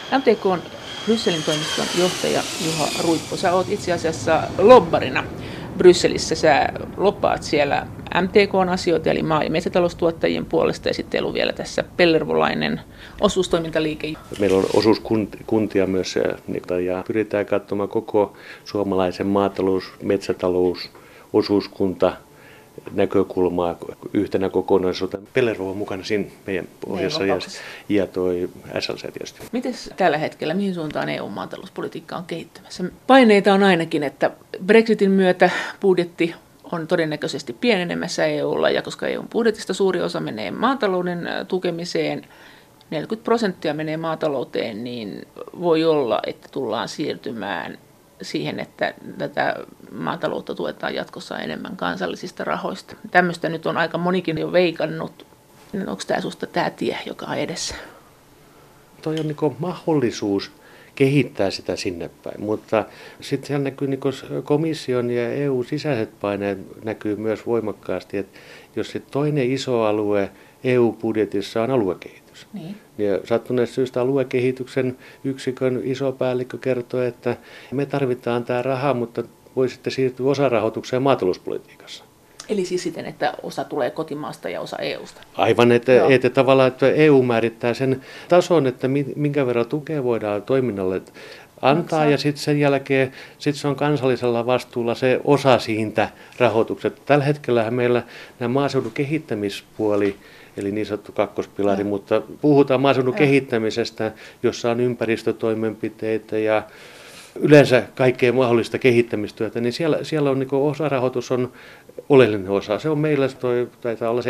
MTK:n Brysselin toimiston johtaja Juha Ruippo, sä oot itse asiassa lobbarina Brysselissä. Sä loppaat siellä MTK:n asioita, eli maa- ja metsätaloustuottajien puolesta, ja sitten on vielä tässä pellervolainen osuustoimintaliike. Meillä on osuuskuntia myös, ja pyritään katsomaan koko suomalaisen maatalous, metsätalous, osuuskunta näkökulmaa yhtenä kokonaisuutena. Pellervo on mukana siinä meidän pohjassa ja toi SLC tietysti. Miten tällä hetkellä, mihin suuntaan EU-maatalouspolitiikka on kehittymässä? Paineita on ainakin, että Brexitin myötä budjetti on todennäköisesti pienenemässä EUlla, ja koska EUn budjetista suuri osa menee maatalouden tukemiseen, 40% menee maatalouteen, niin voi olla, että tullaan siirtymään siihen, että tätä maataloutta tuetaan jatkossa enemmän kansallisista rahoista. Tämmöistä nyt on aika monikin jo veikannut. Onko tämä sinusta tämä tie, joka on edessä? Tuo on niin mahdollisuus kehittää sitä sinne päin, mutta sitten siellä näkyy niin komission ja EU-sisäiset paineet näkyy myös voimakkaasti, että jos se toinen iso alue EU-budjetissa on aluekehitys. Niin. Ja sattuneesta syystä aluekehityksen yksikön iso päällikkö kertoo, että me tarvitaan tämä raha, mutta voi sitten siirtyä osarahoitukseen maatalouspolitiikassa. Eli siis siten, että osa tulee kotimaasta ja osa EUsta. Aivan, että tavallaan että EU määrittää sen tason, että minkä verran tukea voidaan toiminnalle antaa, ja sitten sen jälkeen se on kansallisella vastuulla se osa siitä rahoituksesta. Tällä hetkellä meillä nämä maaseudun kehittämispuoli, eli niin sanottu kakkospilari, mutta puhutaan maaseudun kehittämisestä, jossa on ympäristötoimenpiteitä ja yleensä kaikkea mahdollista kehittämistyötä, niin siellä on niin osarahoitus on oleellinen osa. Se on meillä, taitaa olla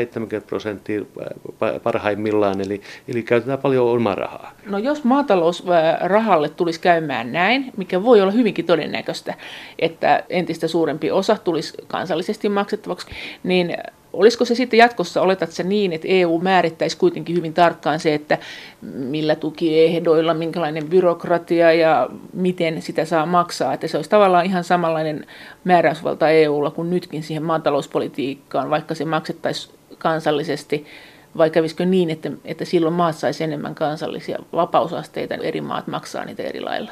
70% parhaimmillaan, eli käytetään paljon omaa rahaa. No jos maatalousrahalle tulisi käymään näin, mikä voi olla hyvinkin todennäköistä, että entistä suurempi osa tulisi kansallisesti maksettavaksi, niin olisiko se sitten jatkossa, oletat se niin, että EU määrittäisi kuitenkin hyvin tarkkaan se, että millä tukiehdoilla, minkälainen byrokratia ja miten sitä saa maksaa, että se olisi tavallaan ihan samanlainen määräysvalta EUlla kuin nytkin siihen maatalouspolitiikkaan, vaikka se maksettaisiin kansallisesti, vai kävisikö niin, että silloin maat saisi enemmän kansallisia vapausasteita, eri maat maksaa niitä eri lailla?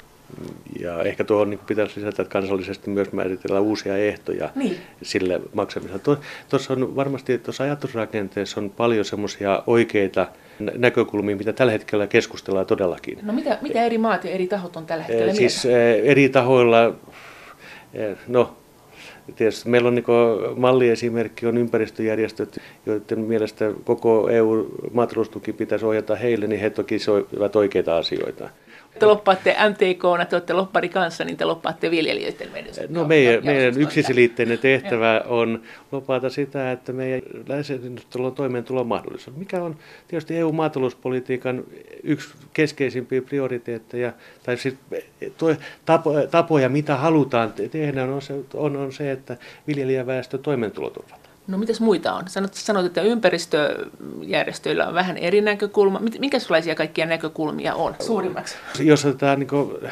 Ja ehkä tuohon niin pitäisi lisätä, että kansallisesti myös määritellään uusia ehtoja sille maksamiselle. Tuossa on varmasti tuossa ajatusrakenteessa on paljon semmoisia oikeita näkökulmia, mitä tällä hetkellä keskustellaan todellakin. No mitä eri maat ja eri tahot on tällä hetkellä siis eri tahoilla, tietysti meillä on malliesimerkki on ympäristöjärjestöt, joiden mielestä koko EU-maataloustuki pitäisi ohjata heille, niin he toki soivat oikeita asioita. Te loppaatte MTK:na, te olette loppari kanssa, niin te loppaatte viljelijöiden mediassa. No meidän yksiselitteinen tehtävä on lopata sitä, että meidän lähisennustelulla on toimeentulon mahdollisuus, mikä on tietysti EU-maatalouspolitiikan yksi keskeisimpiä prioriteetteja, tai tapoja, mitä halutaan tehdä, on se, että viljelijäväestö toimeentulo turvataan. No mitäs muita on? Sanoit, että ympäristöjärjestöillä on vähän eri näkökulma. Minkälaisia kaikkia näkökulmia on suurimmaksi? Jos otetaan,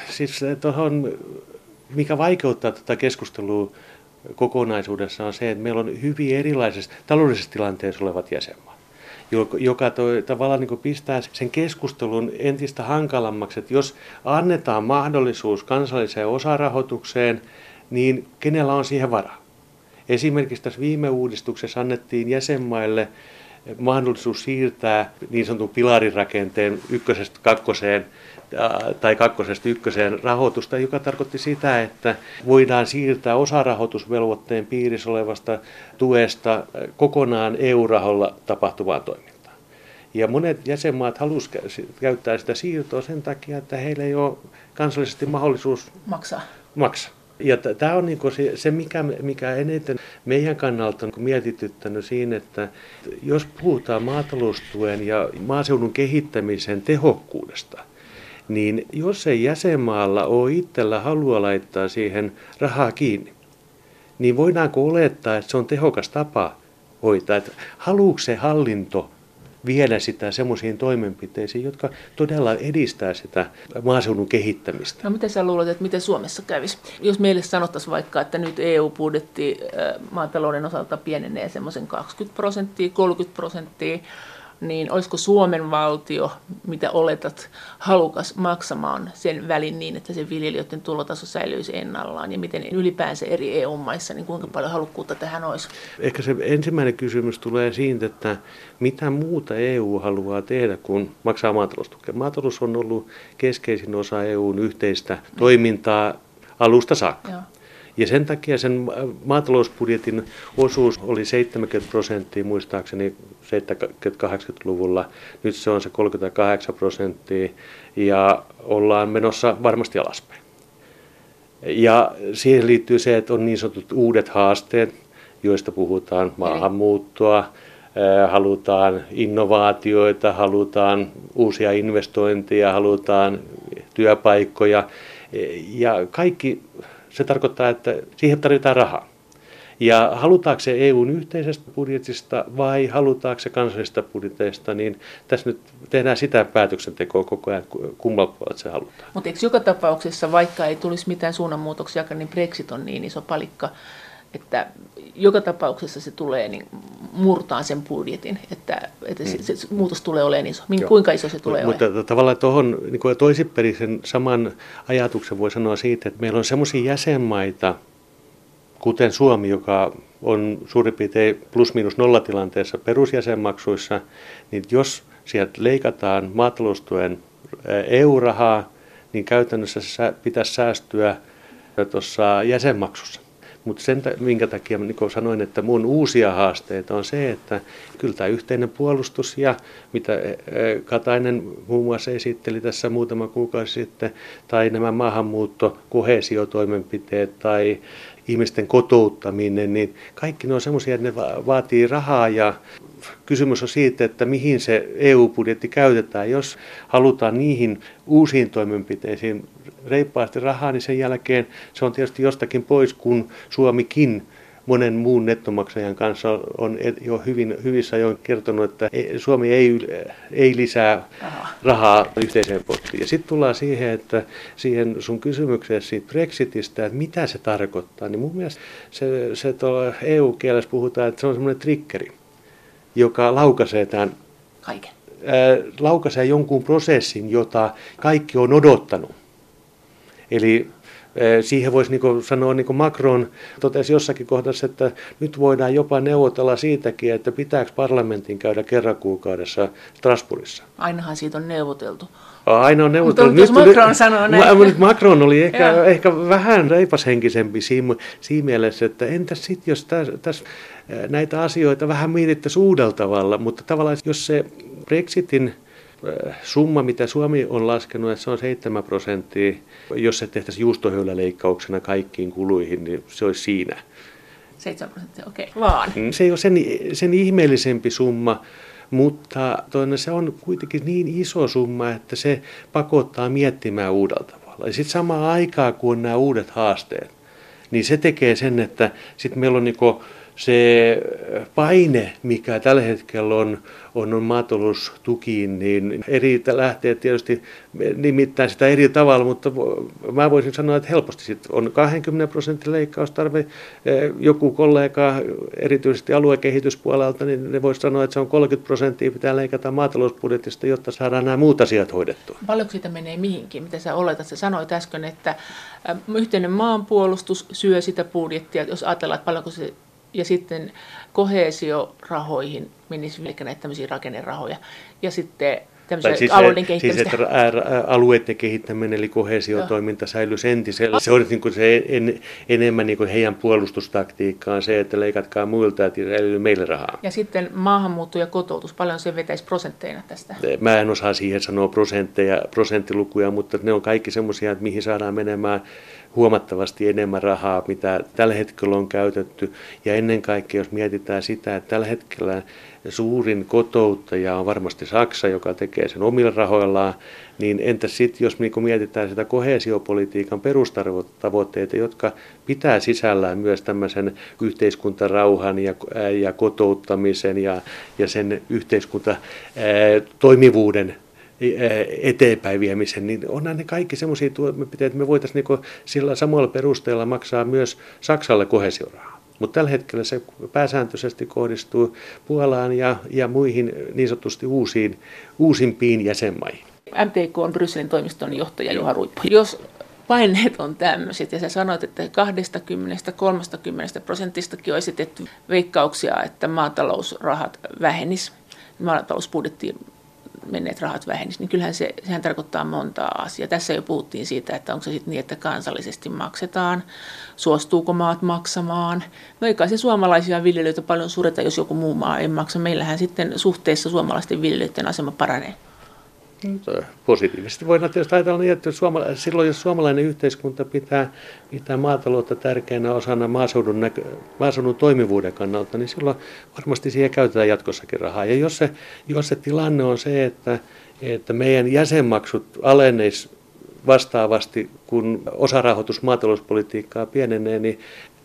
mikä vaikeuttaa tätä keskustelua kokonaisuudessa on se, että meillä on hyvin erilaisessa taloudellisessa tilanteessa olevat jäsenmaat, joka tavallaan pistää sen keskustelun entistä hankalammaksi, että jos annetaan mahdollisuus kansalliseen osarahoitukseen, niin kenellä on siihen varaa? Esimerkiksi tässä viime uudistuksessa annettiin jäsenmaille mahdollisuus siirtää niin sanotun pilarirakenteen ykkösestä kakkoseen tai kakkosesta ykköseen rahoitusta, joka tarkoitti sitä, että voidaan siirtää osarahoitusvelvoitteen piirissä olevasta tuesta kokonaan EU-raholla tapahtuvaan toimintaan. Ja monet jäsenmaat halusivat käyttää sitä siirtoa sen takia, että heillä ei ole kansallisesti mahdollisuus maksaa. Ja tämä on se, mikä eniten meidän kannalta on mietityttänyt siinä, että jos puhutaan maataloustuen ja maaseudun kehittämisen tehokkuudesta, niin jos ei jäsenmaalla ole itsellä halua laittaa siihen rahaa kiinni, niin voidaanko olettaa, että se on tehokas tapa hoitaa, että haluuko se hallinto viedä sitä semmoisiin toimenpiteisiin, jotka todella edistää sitä maaseudun kehittämistä. No mitä sä luulet, että miten Suomessa kävisi? Jos meille sanottaisiin vaikka, että nyt EU-budjetti maatalouden osalta pienenee semmoisen 20%, 30%, niin olisiko Suomen valtio, mitä oletat, halukas maksamaan sen välin niin, että se viljelijöiden tulotaso säilyisi ennallaan, ja miten ylipäänsä eri EU-maissa, niin kuinka paljon halukkuutta tähän olisi? Ehkä se ensimmäinen kysymys tulee siitä, että mitä muuta EU haluaa tehdä, kun maksaa maataloustukea. Maatalous on ollut keskeisin osa EUn yhteistä toimintaa alusta saakka. Joo. Ja sen takia sen maatalousbudjetin osuus oli 70% muistaakseni 70-80-luvulla. Nyt se on se 38% ja ollaan menossa varmasti alaspäin. Ja siihen liittyy se, että on niin sanotut uudet haasteet, joista puhutaan maahanmuuttoa, halutaan innovaatioita, halutaan uusia investointeja, halutaan työpaikkoja ja kaikki. Se tarkoittaa, että siihen tarvitaan rahaa. Ja halutaanko se EUn yhteisestä budjetista vai halutaanko se kansallisesta budjetista, niin tässä nyt tehdään sitä päätöksentekoa koko ajan, kummalla puolella se halutaan. Mutta eikö joka tapauksessa, vaikka ei tulisi mitään suunnanmuutoksia, niin Brexit on niin iso palikka, että joka tapauksessa se tulee niin murtaan sen budjetin, että se muutos tulee olemaan iso. Kuinka iso se tulee olemaan? Mutta tavallaan tuohon niin toisinpäin sen saman ajatuksen voi sanoa siitä, että meillä on semmoisia jäsenmaita, kuten Suomi, joka on suurin piirtein plus-miinus nollatilanteessa perusjäsenmaksuissa, niin jos sieltä leikataan maataloustuen EU-rahaa, niin käytännössä se pitäisi säästyä tuossa jäsenmaksussa. Mutta sen, minkä takia niin kuin sanoin, että mun uusia haasteita on se, että kyllä tämä yhteinen puolustus ja mitä Katainen muun muassa esitteli tässä muutama kuukausi sitten, tai nämä maahanmuutto-koheesiotoimenpiteet tai ihmisten kotouttaminen, niin kaikki ne on semmoisia, että ne vaatii rahaa ja kysymys on siitä, että mihin se EU-budjetti käytetään. Jos halutaan niihin uusiin toimenpiteisiin reippaasti rahaa, niin sen jälkeen se on tietysti jostakin pois, kun Suomikin monen muun nettomaksajan kanssa on jo hyvissä ajoin kertonut, että Suomi ei lisää rahaa yhteiseen pottiin. Ja sitten tullaan siihen, että siihen sun kysymykseen siitä Brexitistä, että mitä se tarkoittaa, niin mun mielestä se EU-kielessä puhutaan, että se on semmoinen triggeri, joka laukaisee tämän kaiken. Laukaisee jonkun prosessin, jota kaikki on odottanut. Eli siihen voisi sanoa, niin kuin Macron totesi jossakin kohdassa, että nyt voidaan jopa neuvotella siitäkin, että pitääkö parlamentin käydä kerran kuukaudessa Strasbourgissa. Ainahan siitä on neuvoteltu. Aina on neuvoteltu. Mutta jos Macron sanoo näin. Macron oli ehkä vähän reipashenkisempi siinä mielessä, että entäs sitten, jos tässä näitä asioita vähän mietittäisiin uudella tavalla, mutta tavallaan jos se Brexitin summa, mitä Suomi on laskenut, että se on 7%, jos se tehtäisiin juustohöyläleikkauksena kaikkiin kuluihin, niin se olisi siinä. 7%, okei. Vaan. Se ei ole sen ihmeellisempi summa, mutta se on kuitenkin niin iso summa, että se pakottaa miettimään uudella tavalla. Ja sitten samaan aikaan, kun on nämä uudet haasteet, niin se tekee sen, että sitten meillä on se paine, mikä tällä hetkellä on maataloustukiin, niin eri lähteet tietysti nimittäin sitä eri tavalla, mutta mä voisin sanoa, että helposti sit on 20% leikkaustarve. Joku kollega, erityisesti aluekehityspuolelta, niin ne voisi sanoa, että se on 30% pitää leikata maatalousbudjetista, jotta saadaan nämä muut asiat hoidettua. Paljonko siitä menee mihinkin? Mitä sä oletat? Sä sanoit äsken, että yhteinen maanpuolustus syö sitä budjettia, jos ajatellaan, että paljonko se ja sitten koheesiorahoihin menisi näitä tämmöisiä rakennerahoja. Ja sitten tämmöisiä alueiden kehittämistä. Siis alueiden kehittäminen eli koheesiotoiminta säilyisi entisellä. Se on enemmän heidän puolustustaktiikkaan se, että leikatkaa muilta ja säilyy meille rahaa. Ja sitten maahanmuutto ja kotoutus, paljon se vetäisi prosentteina tästä? Mä en osaa siihen sanoa prosenttilukuja, mutta ne on kaikki semmoisia, että mihin saadaan menemään huomattavasti enemmän rahaa, mitä tällä hetkellä on käytetty. Ja ennen kaikkea, jos mietitään sitä, että tällä hetkellä suurin kotouttaja on varmasti Saksa, joka tekee sen omilla rahoillaan, niin entäs sitten, jos mietitään sitä koheesiopolitiikan perustavoitteita, jotka pitää sisällään myös tämmöisen yhteiskuntarauhan ja kotouttamisen ja sen yhteiskuntatoimivuuden eteenpäin viemisen, niin onhan ne kaikki semmoisia toimenpiteitä, että me voitaisiin sillä samalla perusteella maksaa myös Saksalle koheesiorahaa. Mutta tällä hetkellä se pääsääntöisesti kohdistuu Puolaan ja muihin niin sanotusti uusimpiin jäsenmaihin. MTK on Brysselin toimiston johtaja Juha Ruippo. Jos paineet on tämmöiset, ja sä sanoit, että 20-30% on esitetty veikkauksia, että maatalousrahat vähenis, maatalousbudjettiin menneet rahat vähenis, niin kyllähän sehän tarkoittaa montaa asiaa. Tässä jo puhuttiin siitä, että onko se sitten niin, että kansallisesti maksetaan, suostuuko maat maksamaan. No ei kai se suomalaisia viljelijöitä paljon sureta, jos joku muu maa ei maksa. Meillähän sitten suhteessa suomalaisten viljelijöiden asema paranee. Positiivisesti voidaan tietysti ajatella niin, että silloin jos suomalainen yhteiskunta pitää maataloutta tärkeänä osana maaseudun toimivuuden kannalta, niin silloin varmasti siihen käytetään jatkossakin rahaa. Ja jos se tilanne on se, että meidän jäsenmaksut aleneisi vastaavasti, kun osarahoitus maatalouspolitiikkaa pienenee, niin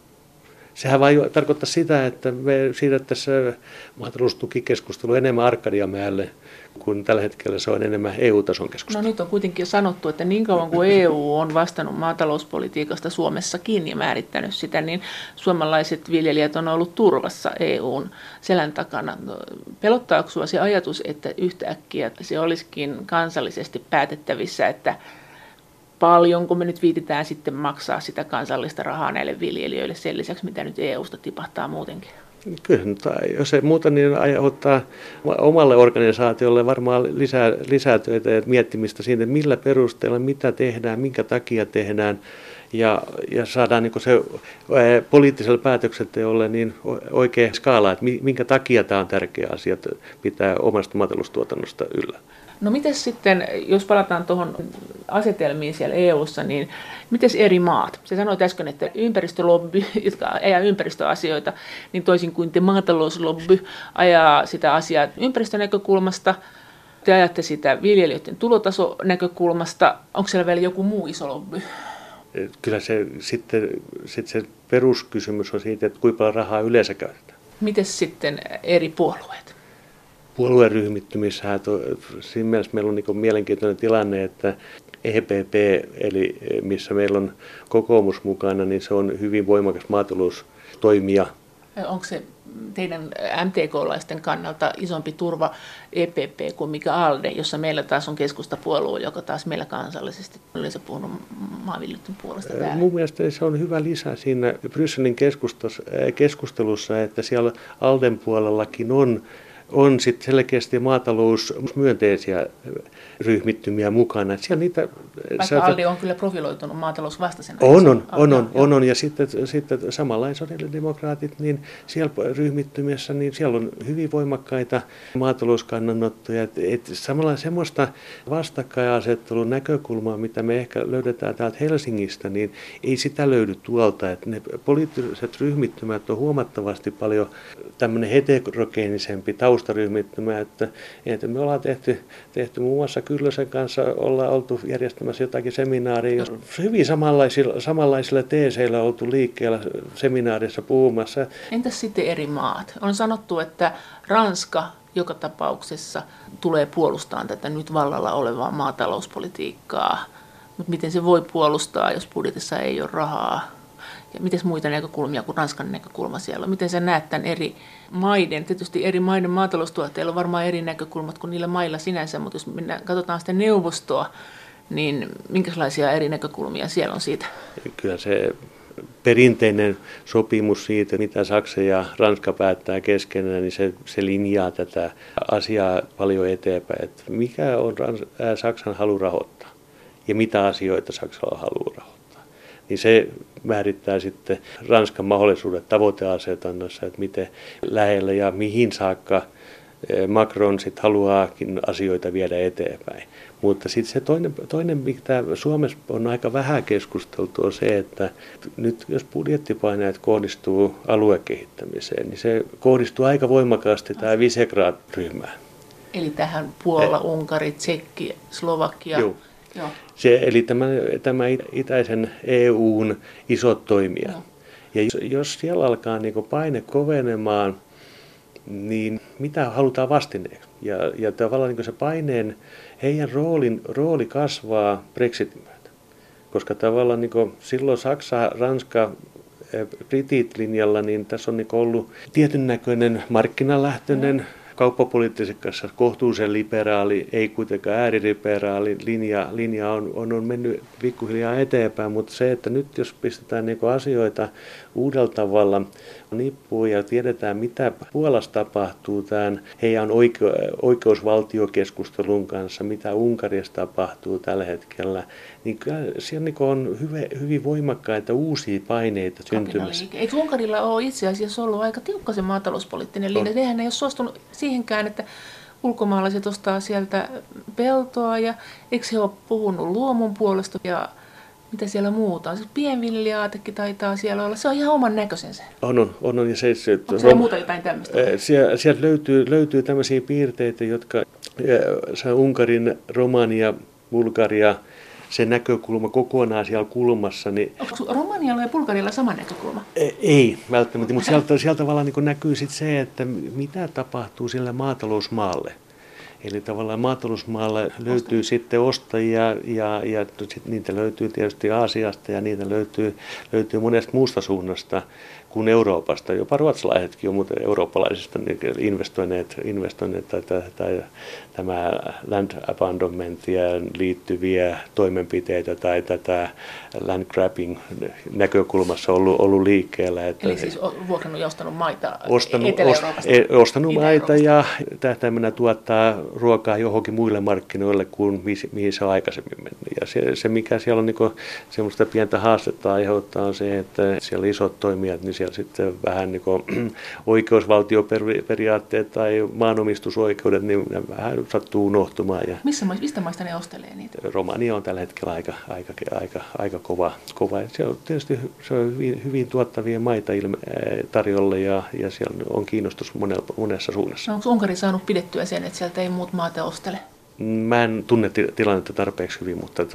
sehän vain tarkoittaa sitä, että me siirrettäisiin maataloustukikeskustelu enemmän Arkadianmäelle, kun tällä hetkellä se on enemmän EU-tason keskustelu. No nyt on kuitenkin sanottu, että niin kauan kuin EU on vastannut maatalouspolitiikasta Suomessakin ja määrittänyt sitä, niin suomalaiset viljelijät on ollut turvassa EUn selän takana. Pelottaako sinua se ajatus, että yhtäkkiä se olisikin kansallisesti päätettävissä, että paljonko me nyt viititään sitten maksaa sitä kansallista rahaa näille viljelijöille sen lisäksi, mitä nyt EUsta tipahtaa muutenkin? Kyllä, jos ei muuta, niin aiheuttaa omalle organisaatiolle varmaan lisää töitä ja miettimistä siitä, millä perusteella, mitä tehdään, minkä takia tehdään. Ja saadaan niin se poliittisella päätöksenteolle niin oikea skaala, että minkä takia tämä on tärkeä asia pitää omasta maataloustuotannosta yllä. No miten sitten, jos palataan tuohon asetelmiin siellä EU:ssa, niin miten eri maat? Sä sanoit äsken, että ympäristölobby, jotka ajaa ympäristöasioita, niin toisin kuin te maatalouslobby ajaa sitä asiaa ympäristönäkökulmasta, te ajatte sitä viljelijöiden tulotasonäkökulmasta. Onko siellä vielä joku muu iso lobby? Kyllä se sitten se peruskysymys on siitä, että kuinka paljon rahaa yleensä käytetään. Miten sitten eri puolueet? Puolueryhmittymissähän siinä mielessä meillä on niin mielenkiintoinen tilanne, että EPP, eli missä meillä on kokoomus mukana, niin se on hyvin voimakas maataloustoimija. Onko se teidän MTK-laisten kannalta isompi turva EPP kuin mikä ALDE, jossa meillä taas on keskustapuolue, joka taas meillä kansallisesti yleensä puhunut maanviljelijöiden puolesta täällä? Mun mielestä se on hyvä lisä siinä Brysselin keskustelussa, että siellä ALDEn puolellakin on sitten selkeästi maatalousmyönteisiä ryhmittymiä mukana. Vaikka ALDE on kyllä profiloitunut maatalousvastaisena. On. Ja sitten samanlainen sosiaalidemokraatit, niin siellä ryhmittymissä, niin siellä on hyvin voimakkaita maatalouskannanottoja. Samalla semmoista vastakkainasettelun näkökulmaa, mitä me ehkä löydetään täältä Helsingistä, niin ei sitä löydy tuolta. Että ne poliittiset ryhmittymät on huomattavasti paljon tämmöinen heterogeenisempi taustaryhmittymä, että me ollaan tehty muun muassa Kyllösen kanssa, ollaan oltu järjestämässä jotakin seminaaria, jos hyvin samanlaisilla teeseillä on oltu liikkeellä seminaarissa puhumassa. Entäs sitten eri maat? On sanottu, että Ranska joka tapauksessa tulee puolustamaan tätä nyt vallalla olevaa maatalouspolitiikkaa, mutta miten se voi puolustaa, jos budjetissa ei ole rahaa? Ja miten muita näkökulmia kuin Ranskan näkökulma siellä on? Miten sä näet tämän eri maiden, tietysti eri maiden maataloustuotteilla on varmaan eri näkökulmat kuin niillä mailla sinänsä, mutta jos katsotaan sitä neuvostoa, niin minkälaisia eri näkökulmia siellä on siitä? Kyllä se perinteinen sopimus siitä, mitä Saksa ja Ranska päättää keskenään, niin se linjaa tätä asiaa paljon eteenpäin. Että mikä on Saksan halu rahoittaa ja mitä asioita Saksalla haluaa rahoittaa. Niin se määrittää sitten Ranskan mahdollisuudet tavoiteasetannassa, että miten lähellä ja mihin saakka Macron sitten haluaakin asioita viedä eteenpäin. Mutta sitten se toinen, mitä Suomessa on aika vähän keskusteltu, on se, että nyt jos budjettipaineet kohdistuu aluekehittämiseen, niin se kohdistuu aika voimakkaasti tähän Visegrad-ryhmään. Eli tähän Puola, Unkari, Tsekki, Slovakia. Joo. Eli tämä itäisen EUn isot toimijat. No. Ja jos siellä alkaa paine kovenemaan, niin mitä halutaan vastineeksi? Ja tavallaan se paineen, heidän rooli kasvaa Brexitin myötä. Koska tavallaan silloin Saksa, Ranska, britit linjalla, niin tässä on niin ollut tietyn näköinen markkinalähtöinen, kauppapoliittisessa kohtuullisen liberaali, ei kuitenkaan ääriliberaali linja on mennyt pikkuhiljaa eteenpäin, mutta se, että nyt jos pistetään niin asioita uudella tavalla nippuun ja tiedetään, mitä Puolassa tapahtuu tämän heidän oikeusvaltiokeskustelun kanssa, mitä Unkarissa tapahtuu tällä hetkellä, niin kyllä siellä niin on hyvin voimakkaita uusia paineita syntymässä. Eikö Unkarilla ole itse asiassa ollut aika tiukka se maatalouspoliittinen linja? Nehän ei ole suostunut siihenkään, että ulkomaalaiset ostaa sieltä peltoa ja eikö he ole puhunut luomun puolesta ja mitä siellä muuta on? Pienviljaatekin taitaa siellä olla. Se on ihan oman näköisensä. On. Ja onko siellä muuta jotain tämmöistä? Sieltä löytyy tämmöisiä piirteitä, jotka Unkarin, Romania, Bulgaria, se näkökulma kokonaan siellä kulmassa. Niin onko Romanialla ja Bulgarialla sama näkökulma? Ei välttämättä, mutta sieltä tavallaan niin näkyy sit se, että mitä tapahtuu sillä maatalousmaalle. Eli tavallaan maatalousmaalla löytyy sitten ostajia ja niitä löytyy tietysti Aasiasta ja niitä löytyy monesta muusta suunnasta kuin Euroopasta. Jopa ruotsalaisetkin on muuten eurooppalaisista investoineet tai tämä land abandonmentiin liittyviä toimenpiteitä tai tätä land grabbing näkökulmassa ollut liikkeellä. Eli siis vuokrannut ja ostanut maita Etelä-Euroopasta? Ostanut maita ja tähtäimenä tuottaa ruokaa johonkin muille markkinoille kuin mihin se on aikaisemmin mennyt. Ja se mikä siellä on niin semmoista pientä haastetta aiheuttaa on se, että siellä isot toimijat, niin siellä sitten vähän niin oikeusvaltioperiaatteet tai maanomistusoikeudet, niin vähän sattuu unohtumaan. Ja mistä maista ne ostelee niitä? Romania on tällä hetkellä aika kova. Se on tietysti hyvin tuottavia maita tarjolla ja siellä on kiinnostus monessa suunnassa. No, onko Unkari saanut pidettyä sen, että sieltä ei muut maata ostele? Mä en tunne tilannetta tarpeeksi hyvin, mutta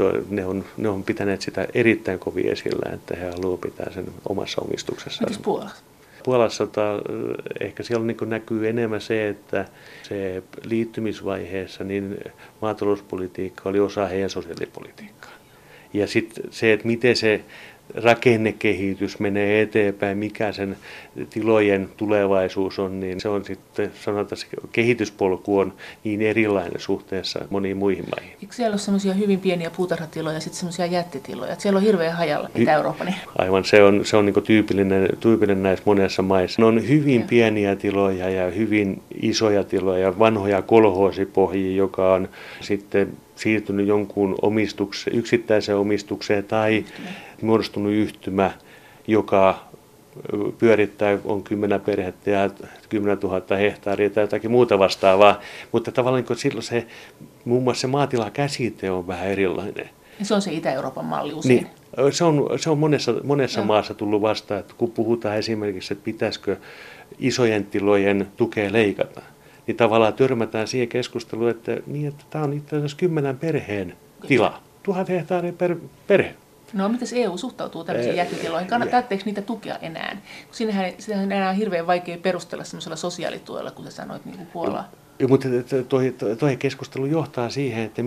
ne on pitäneet sitä erittäin kovin esillä, että he haluavat pitää sen omassa omistuksessaan. Mites Puolassa? Puolassa ehkä siellä niin näkyy enemmän se, että se liittymisvaiheessa niin maatalouspolitiikka oli osa heidän sosiaalipolitiikkaa. Ja sitten se, että miten se rakennekehitys menee eteenpäin, mikä sen tilojen tulevaisuus on, niin se on sitten, sanotaan, se kehityspolku on niin erilainen suhteessa moniin muihin maihin. Eikö siellä ole semmoisia hyvin pieniä puutarhatiloja ja sitten semmoisia jättitiloja? Että siellä on hirveän hajalla Itä-Eurooppa. Aivan, se on niin tyypillinen näissä monessa maissa. Ne on hyvin pieniä tiloja ja hyvin isoja tiloja, vanhoja kolhoosipohjia, joka on sitten siirtynyt jonkun yksittäiseen omistukseen tai muodostunut yhtymä, joka pyörittää, on 10 perhettä ja 10 000 hehtaaria tai jotakin muuta vastaavaa. Mutta tavallaan silloin muun muassa se maatilakäsite on vähän erilainen. Ja se on se Itä-Euroopan malli usein. Niin, se on monessa maassa tullut vastaan, että kun puhutaan esimerkiksi, että pitäisikö isojen tilojen tukea leikata, niin tavallaan törmätään siihen keskusteluun, että tämä on itse asiassa 10 perheen tila. 1000 hehtaaria per perhe. No, miten EU suhtautuu tämmöisiin jättitiloihin? Tarvitseeko niitä tukea enää? Sitähän on enää hirveän vaikea perustella semmoisella sosiaalituella, kun sä sanoit niin kuin Puolaa. Mutta tuo keskustelu johtaa siihen, että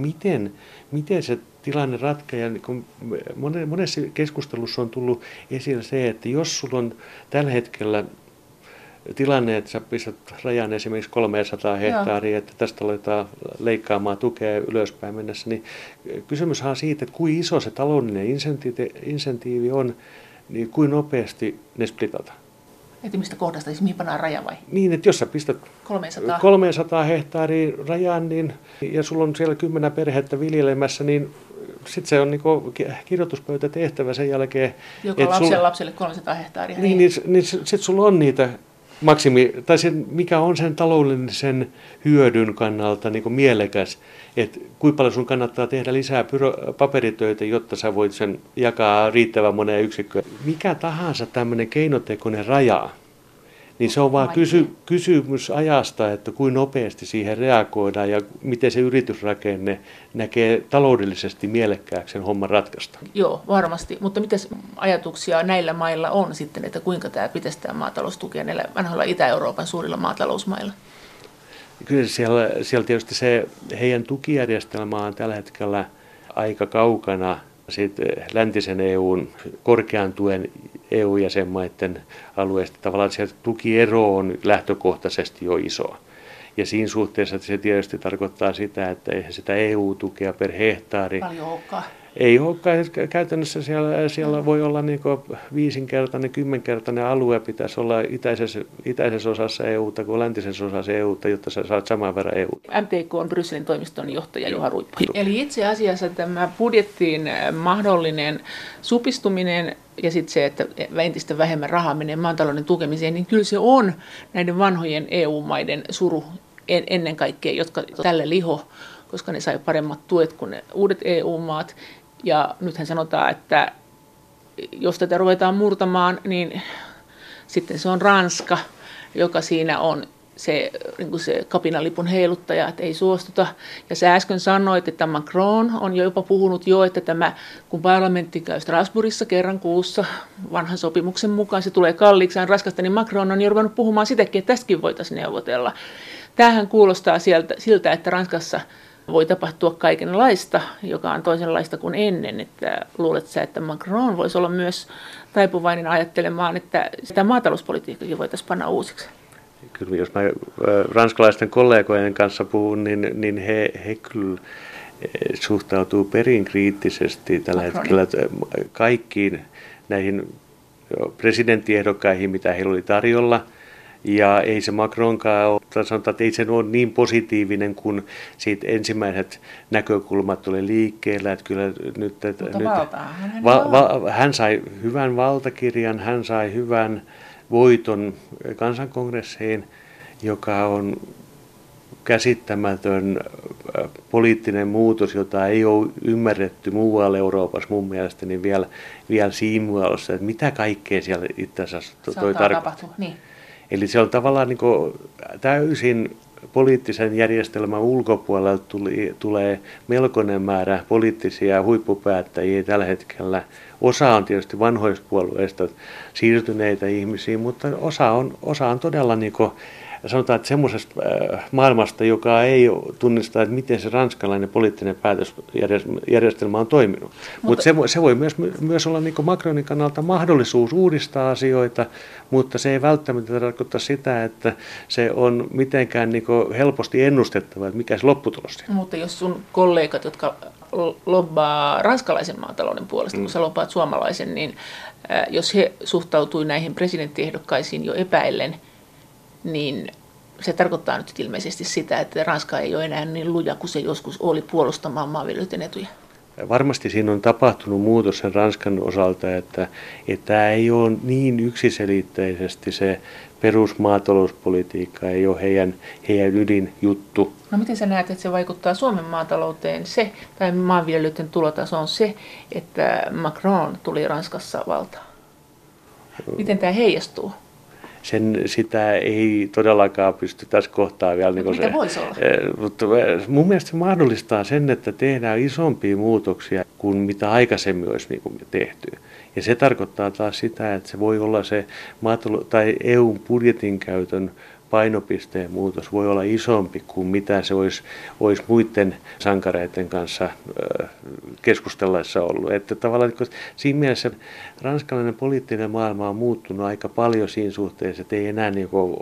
miten se tilanne ratkeaa. Monessa keskustelussa on tullut esille se, että jos sulla on tällä hetkellä tilanne, että sä pistät rajan esimerkiksi 300 hehtaaria, että tästä aletaan leikkaamaan tukea ylöspäin mennessä, niin kysymyshän on siitä, että kuinka iso se taloudellinen insentiivi on, niin kuinka nopeasti ne splitataan. Että mistä kohdasta, siis mihin pannaan raja vai? Niin, että jos sä pistät 300 hehtaaria rajan, niin, ja sulla on siellä 10 perhettä viljelemässä, niin sitten se on niinku kirjoituspöytä tehtävä sen jälkeen. Joka lapselle 300 hehtaaria. Niin sitten sulla on niitä tai se, mikä on sen taloudellisen hyödyn kannalta niin kuin mielekäs, että kuinka paljon sun kannattaa tehdä lisää paperitöitä, jotta sä voit sen jakaa riittävän moneen yksikköön. Mikä tahansa tämmöinen keinotekoinen raja, niin se on vaan kysymys ajasta, että kuinka nopeasti siihen reagoidaan ja miten se yritysrakenne näkee taloudellisesti mielekkääksi sen homman ratkaista. Joo, varmasti. Mutta mitä ajatuksia näillä mailla on sitten, että kuinka pitäisi tämä maataloustukea näillä vanhoilla Itä-Euroopan suurilla maatalousmailla? Kyllä siellä tietysti se heidän tukijärjestelmä on tällä hetkellä aika kaukana siitä läntisen EUn korkean tuen EU-jäsenmaiden alueesta. Tavallaan se tukiero on lähtökohtaisesti jo iso. Ja siinä suhteessa se tietysti tarkoittaa sitä, että eihän sitä EU-tukea per hehtaari paljon olekaan. Ei olekaan. Käytännössä siellä voi olla niin 5-kertainen, 10-kertainen alue, pitäisi olla itäisessä osassa EUta kuin läntisessä osassa EUta, jotta sä saat saman verran EU. MTK on Brysselin toimiston johtaja Juha Ruippo. Eli itse asiassa tämä budjettiin mahdollinen supistuminen ja sitten se, että entistä vähemmän rahaa menee maatalouden tukemiseen, niin kyllä se on näiden vanhojen EU-maiden suru ennen kaikkea, jotka tälle liho, koska ne sai paremmat tuet kuin ne uudet EU-maat. Ja nythän sanotaan, että jos tätä ruvetaan murtamaan, niin sitten se on Ranska, joka siinä on se kapinalipun heiluttaja, että ei suostuta. Ja sä äsken sanoit, että Macron on jo jopa puhunut että kun parlamentti käy Strasbourgissa kerran kuussa vanhan sopimuksen mukaan, se tulee kalliiksi ja raskasta, niin Macron on jo ruvennut puhumaan sitäkin, että tästäkin voitaisiin neuvotella. Tämähän kuulostaa siltä, että Ranskassa voi tapahtua kaikenlaista, joka on toisenlaista kuin ennen. Että luulet sä, että Macron voisi olla myös taipuvainen ajattelemaan, että sitä maatalouspolitiikkakin voitaisiin panna uusiksi? Kyllä, jos mä ranskalaisten kollegojen kanssa puhun, niin he kyllä suhtautuu perin kriittisesti tällä hetkellä kaikkiin näihin presidenttiehdokkaisiin, mitä heillä oli tarjolla. Ja ei se Macronkaan ole, sanotaan, että ei se ole niin positiivinen, kun siitä ensimmäiset näkökulmat tuli liikkeellä. Että kyllä nyt, hän sai hyvän valtakirjan, hän sai hyvän voiton kansankongressiin, joka on käsittämätön poliittinen muutos, jota ei ole ymmärretty muualla Euroopassa mun mielestä, niin vielä siinä muodossa, että mitä kaikkea siellä itse asiassa toi tarkoittaa. Niin. Eli se on tavallaan niin kuin täysin poliittisen järjestelmän ulkopuolelta tulee melkoinen määrä poliittisia huippupäättäjiä tällä hetkellä. Osa on tietysti vanhoista puolueista siirtyneitä ihmisiä, mutta osa on todella niin kuin, sanotaan, että semmoisesta maailmasta, joka ei tunnista, että miten se ranskalainen poliittinen päätösjärjestelmä on toiminut. Mutta se voi myös olla niin kuin Macronin kannalta mahdollisuus uudistaa asioita, mutta se ei välttämättä tarkoita sitä, että se on mitenkään niin kuin helposti ennustettava, että mikä se lopputulos on. Mutta jos sun kollegat, jotka lobbaa ranskalaisen maatalouden puolesta, kun sä lobbaat suomalaisen, niin jos he suhtautui näihin presidenttiehdokkaisiin jo epäillen, niin se tarkoittaa nyt ilmeisesti sitä, että Ranska ei ole enää niin luja kuin se joskus oli puolustamaan maanviljelijöiden etuja. Varmasti siinä on tapahtunut muutos sen Ranskan osalta, että tämä ei ole niin yksiselitteisesti se perusmaatalouspolitiikka, ei ole heidän ydinjuttu. No miten sä näet, että se vaikuttaa Suomen maatalouteen tai maanviljelijöiden tulotasoon se, että Macron tuli Ranskassa valtaan? Miten tämä heijastuu? Sitä ei todellakaan pysty tässä kohtaa vielä. Niin mitä voisi olla? Mutta mun mielestä se mahdollistaa sen, että tehdään isompia muutoksia kuin mitä aikaisemmin olisi niin kuin tehty. Ja se tarkoittaa taas sitä, että se voi olla se tai EUn budjetin käytön painopisteen muutos voi olla isompi kuin mitä se olisi muiden sankareiden kanssa keskustellessa ollut. Että tavallaan siinä mielessä ranskalainen poliittinen maailma on muuttunut aika paljon siinä suhteessa, että ei enää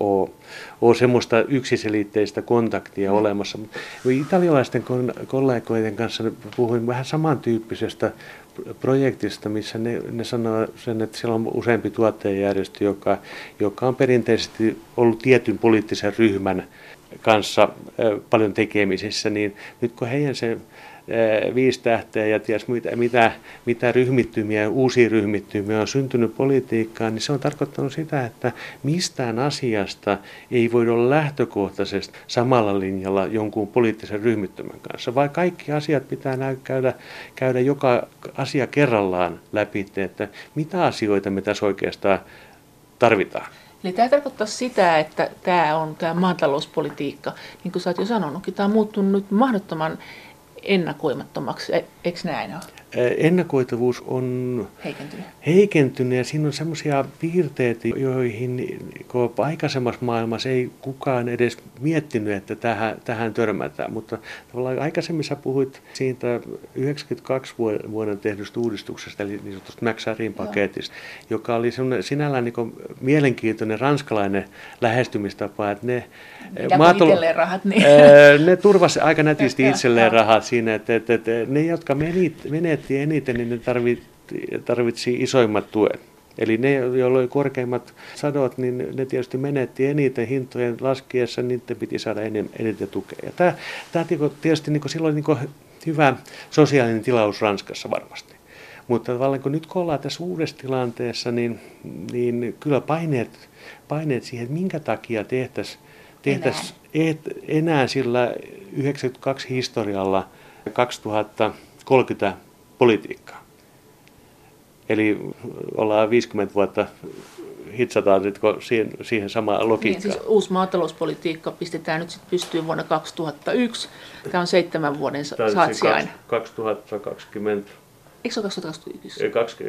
ole semmoista yksiselitteistä kontaktia olemassa. Italialaisten kollegoiden kanssa puhuin vähän samantyyppisestä projektista, missä ne sanoo sen, että siellä on useampi tuottajajärjestö, joka on perinteisesti ollut tietyn poliittisen ryhmän kanssa paljon tekemisissä, niin nyt kun heidän se 5 tähteä ja ties mitä ryhmittymiä, uusia ryhmittymiä on syntynyt politiikkaan, niin se on tarkoittanut sitä, että mistään asiasta ei voi olla lähtökohtaisesti samalla linjalla jonkun poliittisen ryhmittymän kanssa, vaan kaikki asiat pitää käydä joka asia kerrallaan läpi, että mitä asioita me tässä oikeastaan tarvitaan. Eli tämä tarkoittaa sitä, että tämä maatalouspolitiikka, niin kuin sä oot jo sanonutkin, tämä on muuttunut nyt mahdottoman ennakoimattomaksi, eikö näin ole? ennakoitavuus on heikentynyt ja siinä on semmoisia piirteitä, joihin aikaisemmassa maailmassa ei kukaan edes miettinyt, että tähän törmätään. Mutta tavallaan aikaisemmin sä puhuit siitä 92 vuonna tehdystä uudistuksesta, eli niin sanotusta McSharryn paketista, joka oli sinällään niin mielenkiintoinen ranskalainen lähestymistapa, että ne turvasi aika nätisti itselleen rahat siinä, että ne, jotka menetti eniten, niin ne tarvitsi isoimmat tuet. Eli ne, joilla oli korkeimmat sadot, niin ne tietysti menetti eniten hintojen laskiessa, niin niiden piti saada eniten tukea. Ja tämä tietysti silloin hyvä sosiaalinen tilaus Ranskassa varmasti. Mutta tavallaan kun nyt kun ollaan tässä uudessa tilanteessa, niin kyllä paineet siihen, että minkä takia tehtäisiin enää sillä 92 historialla 2030 politiikkaa. Eli ollaan 50 vuotta, hitsataan siihen samaan logiikkaan. Niin, siis uusi maatalouspolitiikka pistetään nyt sitten pystyyn vuonna 2001. Tämä on 7 vuoden saatsiainen. 2020. Eikö se ole 2021?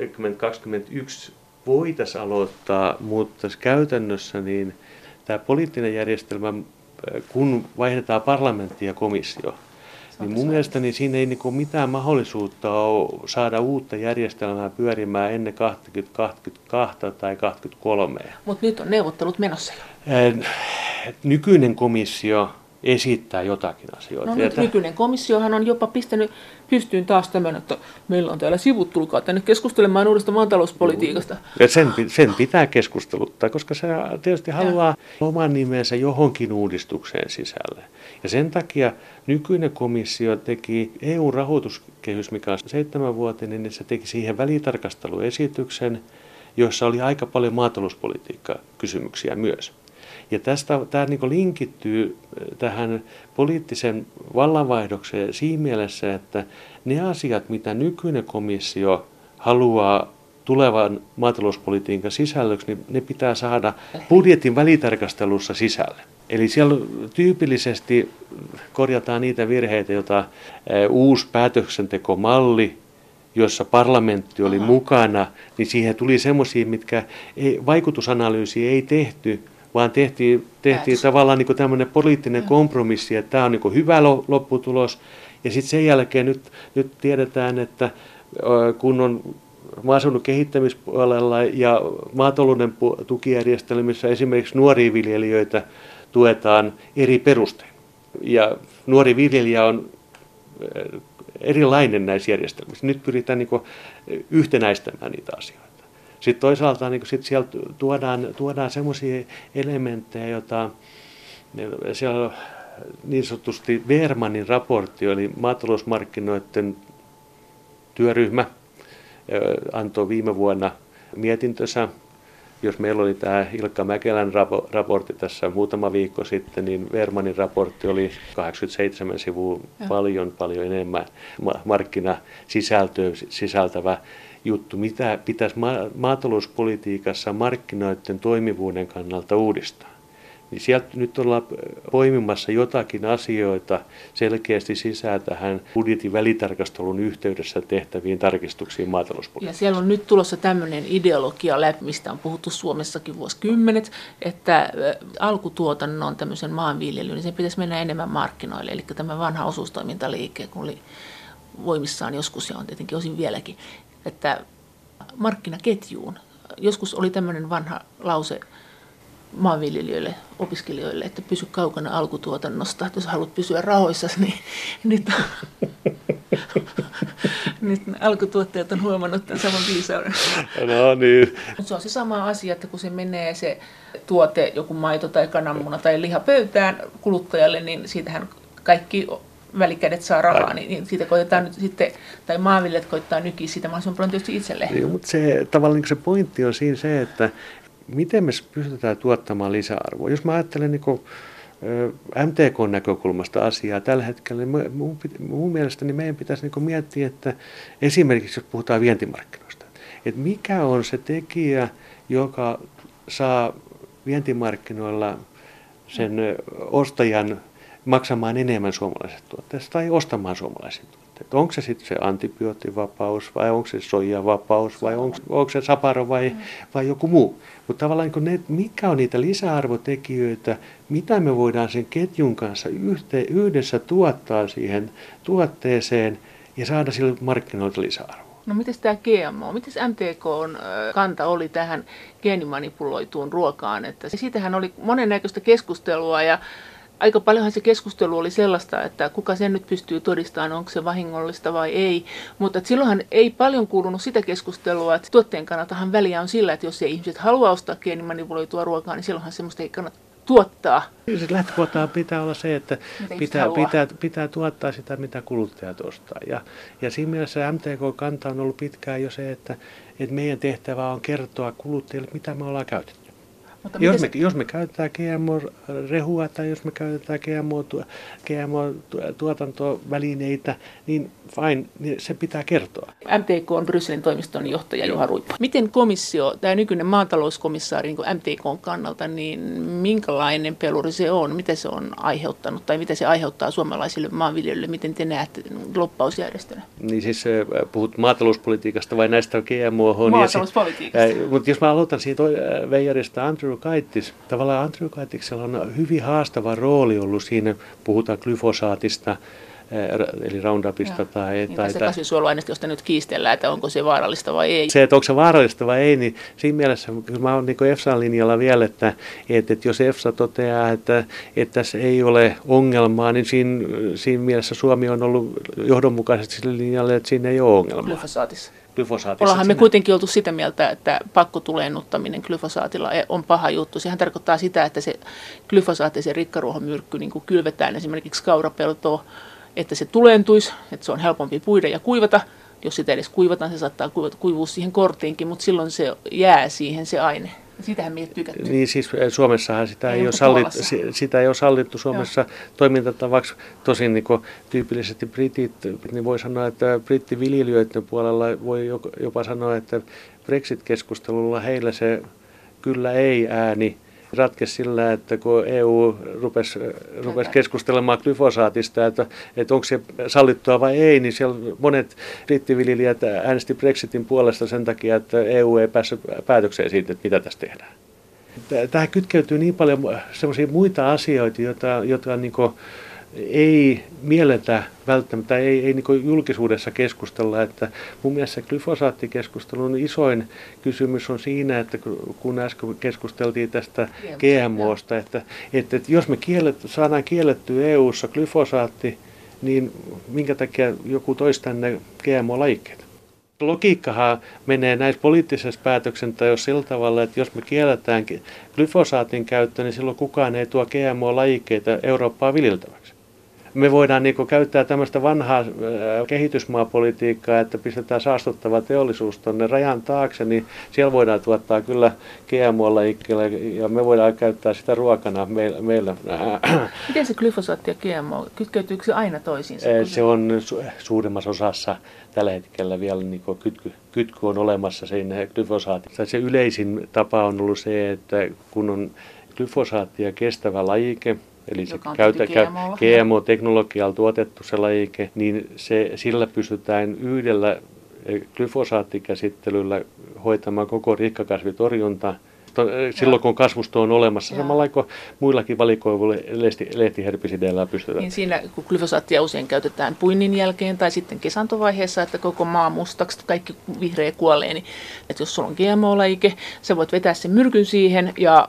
2021 voitaisiin aloittaa, mutta käytännössä niin tämä poliittinen järjestelmä, kun vaihdetaan parlamentti ja komissio, niin mun mielestäni siinä ei mitään mahdollisuutta ole saada uutta järjestelmää pyörimään ennen 2022 tai 2023. Mutta nyt on neuvottelut menossa jo. Nykyinen komissio esittää jotakin asioita. No nyt nykyinen komissiohan on jopa pistänyt pystyyn taas tämän, että meillä on täällä sivut, tulkaa tänne keskustelemaan uudesta maatalouspolitiikasta. Ja sen pitää keskusteluttaa, koska se tietysti haluaa oman nimensä johonkin uudistukseen sisälle. Ja sen takia nykyinen komissio teki EU-rahoituskehys, mikä on 7-vuotinen, niin se teki siihen välitarkasteluesityksen, jossa oli aika paljon maatalouspolitiikka-kysymyksiä myös. Ja tämä linkittyy tähän poliittisen vallanvaihdokseen siinä mielessä, että ne asiat, mitä nykyinen komissio haluaa tulevan maatalouspolitiikan sisällöksi, niin ne pitää saada budjetin välitarkastelussa sisälle. Eli siellä tyypillisesti korjataan niitä virheitä, joita uusi päätöksentekomalli, jossa parlamentti oli mukana, niin siihen tuli semmoisia, mitkä vaikutusanalyysiä ei tehty, vaan tehtiin tavallaan tämmöinen poliittinen kompromissi, että tämä on hyvä lopputulos. Ja sitten sen jälkeen nyt tiedetään, että kun on maaseudun kehittämispuolella ja maatalouden tukijärjestelmissä esimerkiksi nuoria viljelijöitä tuetaan eri perustein. Ja nuori viljelijä on erilainen näissä järjestelmissä. Nyt pyritään yhtenäistämään niitä asioita. Sitten toisaalta sieltä tuodaan semmoisia elementtejä, joita siellä niin sanotusti Wehrmannin raportti, eli maatalousmarkkinoiden työryhmä, antoi viime vuonna mietintönsä. Jos meillä oli tämä Ilkka Mäkelän raportti tässä muutama viikko sitten, niin Wehrmannin raportti oli 87 sivua, paljon enemmän markkinasisältöä sisältävä juttu, mitä pitäisi maatalouspolitiikassa markkinoiden toimivuuden kannalta uudistaa. Niin sieltä nyt ollaan poimimassa jotakin asioita selkeästi sisään tähän budjetin välitarkastelun yhteydessä tehtäviin tarkistuksiin maatalouspolitiikkaan. Ja siellä on nyt tulossa tämmöinen ideologia läpi, mistä on puhuttu Suomessakin vuosikymmenet, että alkutuotannon tämmöisen maanviljelyyn, niin sen pitäisi mennä enemmän markkinoille. Eli tämä vanha osuustoimintaliike, kun oli voimissaan joskus ja on tietenkin osin vieläkin, että markkinaketjuun. Joskus oli tämmöinen vanha lause maanviljelijöille, opiskelijoille, että pysy kaukana alkutuotannosta. Että jos haluat pysyä rahoissa, niin nyt alkutuottajat on huomannut tämän saman viisauden. No niin. Se on se sama asia, että kun se menee se tuote, joku maito tai kananmuna tai liha pöytään kuluttajalle, niin siitähän kaikki välikädet saa rahaa, niin siitä koitetaan nyt sitten, tai maanviljelijät koittaa nykiä siitä mahdollisimman paljon tietysti itselleen. Joo, mutta tavallaan se pointti on siinä se, että miten me pystytään tuottamaan lisäarvoa. Jos mä ajattelen MTK-näkökulmasta asiaa tällä hetkellä, niin mun mielestäni meidän pitäisi miettiä, että esimerkiksi jos puhutaan vientimarkkinoista, että mikä on se tekijä, joka saa vientimarkkinoilla sen ostajan maksamaan enemmän suomalaisesta tuotteesta tai ostamaan suomalaisia tuotteita. Että onko se sitten se antibioottivapaus vai onko se soijavapaus vai onko se saparo vai joku muu. Mutta tavallaan mikä on niitä lisäarvotekijöitä, mitä me voidaan sen ketjun kanssa yhdessä tuottaa siihen tuotteeseen ja saada sille markkinoilta lisäarvoa. No miten tämä GMO, miten MTK:n kanta oli tähän geenimanipuloituun ruokaan? Että siitähän oli monennäköistä keskustelua ja aika paljonhan se keskustelu oli sellaista, että kuka sen nyt pystyy todistamaan, onko se vahingollista vai ei. Mutta silloinhan ei paljon kuulunut sitä keskustelua, että tuotteen kannaltahan väliä on sillä, että jos ei ihmiset halua ostaa geenimanipuloitua ruokaa, niin silloinhan semmoista ei kannata tuottaa. Lähtökohtaa pitää olla se, että pitää tuottaa sitä, mitä kuluttajat ostaa. Ja siinä mielessä MTK-kanta on ollut pitkään jo se, että meidän tehtävä on kertoa kuluttajille, mitä me ollaan käytetty. Jos me käytetään GMO-rehua tai jos me käytetään GMO-tuotantovälineitä, niin fine, niin se pitää kertoa. MTK on Brysselin toimiston johtaja Juha Ruippo. Miten komissio, tämä nykyinen maatalouskomissaari niin MTK:n kannalta, niin minkälainen peluri se on? Mitä se on aiheuttanut tai mitä se aiheuttaa suomalaisille maanviljelijöille? Miten te näette lobbausjärjestönä? Niin siis puhut maatalouspolitiikasta vai näistä GMO-hon? Maatalouspolitiikasta. Mutta jos mä aloitan siitä veijarista Andrew Kaitis. Tavallaan Andrew Kaitiksella on hyvin haastava rooli ollut siinä, puhutaan glyfosaatista, eli Roundupista. Se kasvinsuojeluaineista, josta nyt kiistellään, että onko se vaarallista vai ei. Se, että onko se vaarallista vai ei, niin siinä mielessä mä oon niin EFSAn linjalla vielä, että jos EFSA toteaa, että tässä ei ole ongelmaa, niin siinä mielessä Suomi on ollut johdonmukaisesti sille linjalle, että siinä ei ole ongelmaa. Glyfosaatissa. Ollaanhan me kuitenkin oltu sitä mieltä, että pakkotulennuttaminen glyfosaatilla on paha juttu. Sehän tarkoittaa sitä, että se glyfosaatti, se rikkaruohomyrkky, niin kuin kylvetään esimerkiksi kaurapeltoa, että se tulentuisi, että se on helpompi puida ja kuivata. Jos sitä edes kuivataan, se saattaa kuivua siihen korttiinkin, mutta silloin se jää siihen se aine. Sitähän me ei tykätty. Niin siis Suomessahan sitä ei ole sallittu Suomessa toimintatavaksi. Tosin niin tyypillisesti britit, niin voi sanoa, että brittiviljelijöiden puolella voi jopa sanoa, että Brexit-keskustelulla heillä se kyllä ei ääni ratkesi sillä, että kun EU rupesi keskustelemaan glyfosaatista, että onko se sallittua vai ei, niin siellä monet brittiviljelijät äänesti Brexitin puolesta sen takia, että EU ei päässyt päätökseen siitä, että mitä tässä tehdään. Tähän kytkeytyy niin paljon sellaisia muita asioita, joita niin kuin ei mielletä välttämättä, ei niin julkisuudessa keskustella. Että mun mielestä glyfosaattikeskustelun isoin kysymys on siinä, että kun äsken keskusteltiin tästä GMOsta, että jos me saadaan kiellettyä EU:ssa glyfosaatti, niin minkä takia joku toisi tänne GMO-lajikkeita? Logiikkahan menee näissä poliittisessa päätöksenteossa sillä tavalla, että jos me kielletään glyfosaatin käyttö, niin silloin kukaan ei tuo GMO-lajikkeita Eurooppaan viljeltäväksi. Me voidaan käyttää tämmöistä vanhaa kehitysmaapolitiikkaa, että pistetään saastuttava teollisuus tuonne rajan taakse, niin siellä voidaan tuottaa kyllä GMO-lajikkeilla ja me voidaan käyttää sitä ruokana meillä. Miten se glyfosaatti ja GMO, kytkeytyykö se aina toisiinsa? Se on suurimmassa osassa tällä hetkellä vielä kytky on olemassa siinä glyfosaatissa. Se yleisin tapa on ollut se, että kun on glyfosaatti ja kestävä lajike, eli se GMO-teknologialla tuotettu se lajike, niin sillä pystytään yhdellä glyfosaattikäsittelyllä hoitamaan koko rikkakasvitorjunta. Silloin kun kasvusto on olemassa, samalla kuin muillakin valikoivuilla lehtiherpisideillä pystytään. Niin siinä kun glyfosaattia usein käytetään puinnin jälkeen tai sitten kesantovaiheessa, että koko maa mustaksi, kaikki vihreä kuolee, niin että jos sulla on GMO-lajike, sä voit vetää sen myrkyn siihen ja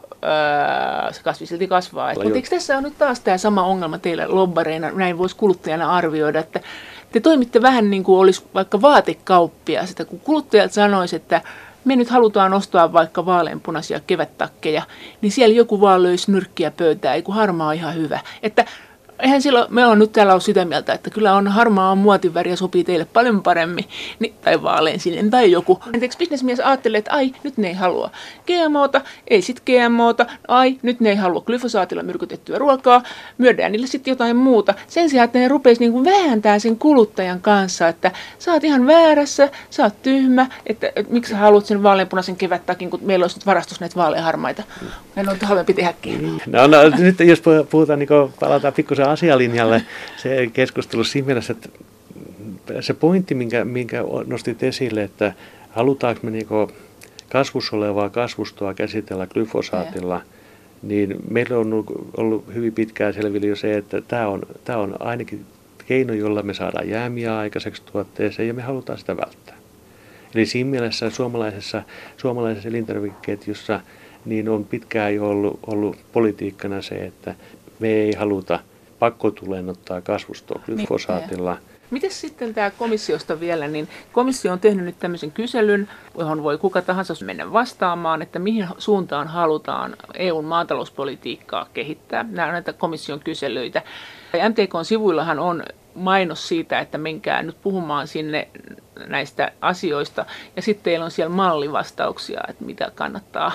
se kasvi silti kasvaa. Mutta eikö tässä on nyt taas tämä sama ongelma teillä lobbareina, näin voisi kuluttajana arvioida, että te toimitte vähän niin kuin olisi vaikka vaatekauppia, sitä kun kuluttajat sanoisi, että me nyt halutaan ostaa vaikka vaaleanpunaisia kevättakkeja, niin siellä joku vaan löisi nyrkkiä pöytään, ei kun harmaa on ihan hyvä. Että eihän silloin, me on nyt täällä ollut sitä mieltä, että kyllä on harmaa on muotinväri ja sopii teille paljon paremmin, tai vaaleansininen tai joku. Eikö bisnesmies ajattelee, että ai, nyt ne ei halua GMOta, ei sit GMOta, ai, nyt ne ei halua glyfosaatilla myrkytettyä ruokaa, myydään niille sitten jotain muuta. Sen sijaan, että ne rupeisi niin kuin vääntää sen kuluttajan kanssa, että sä oot ihan väärässä, sä oot tyhmä, että miksi sä haluat sen vaaleanpunaisen kevättakin, kun meillä olisi nyt varastus näitä vaaleanharmaita. En ole halvempi tehdäkin. No, nyt jos puhutaan, niin palataan pikkusen asialinjalle se keskustelu siinä mielessä, että se pointti, minkä nostit esille, että halutaanko me niinku kasvussa olevaa kasvustoa käsitellä glyfosaatilla, niin meillä on ollut hyvin pitkään selvillä jo se, että tämä on ainakin keino, jolla me saadaan jäämiä aikaiseksi tuotteeseen ja me halutaan sitä välttää. Eli siinä mielessä suomalaisessa elintarvikeketjussa niin on pitkään jo ollut politiikkana se, että me ei haluta pakkotuleen ottaa kasvustoa glyfosaatilla. Miten sitten tämä komissiosta vielä, niin komissio on tehnyt nyt tämmöisen kyselyn, johon voi kuka tahansa mennä vastaamaan, että mihin suuntaan halutaan EUn maatalouspolitiikkaa kehittää. Nämä on näitä komission kyselyitä. MTK:n sivuillahan on mainos siitä, että menkää nyt puhumaan sinne näistä asioista. Ja sitten teillä on siellä mallivastauksia, että mitä kannattaa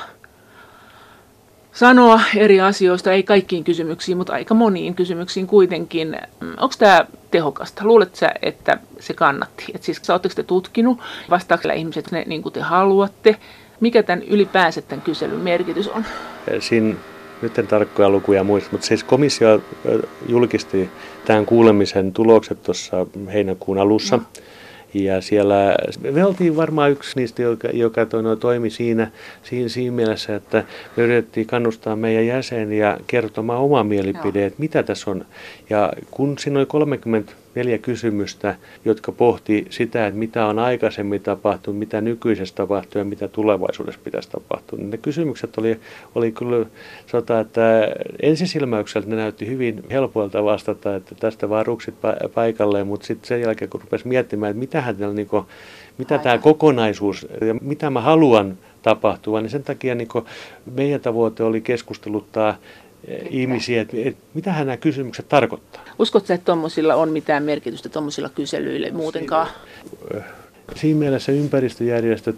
sanoa eri asioista, ei kaikkiin kysymyksiin, mutta aika moniin kysymyksiin kuitenkin. Onko tämä tehokasta? Luuletko sä, että se kannatti? Et siis oletteko te tutkinut? Vastaako ihmiset ne niin kuin te haluatte? Mikä tämän ylipäänsä tämän kyselyn merkitys on? Siinä nyt en tarkkoja lukuja muista, mutta siis komissio julkisti tämän kuulemisen tulokset tuossa heinäkuun alussa. Ja siellä me oltiin varmaan yksi niistä, joka toimi siinä mielessä, että me yritettiin kannustaa meidän jäseniä kertomaan oma mielipide, että mitä tässä on. Ja kun siinä oli 34 kysymystä, jotka pohti sitä, että mitä on aikaisemmin tapahtunut, mitä nykyisessä tapahtuu ja mitä tulevaisuudessa pitäisi tapahtua, niin ne kysymykset oli kyllä, että ensisilmäykseltä ne näytti hyvin helpoilta vastata, että tästä vaan ruksit paikalleen, mutta sitten sen jälkeen kun rupesi miettimään, että mitä tämä kokonaisuus ja mitä mä haluan tapahtua, niin sen takia meidän tavoite oli keskusteluttaa ihmisiä, että mitähän nämä kysymykset tarkoittaa. Uskotko, että tuommoisilla on mitään merkitystä tuommoisilla kyselyillä muutenkaan? Siinä mielessä ympäristöjärjestö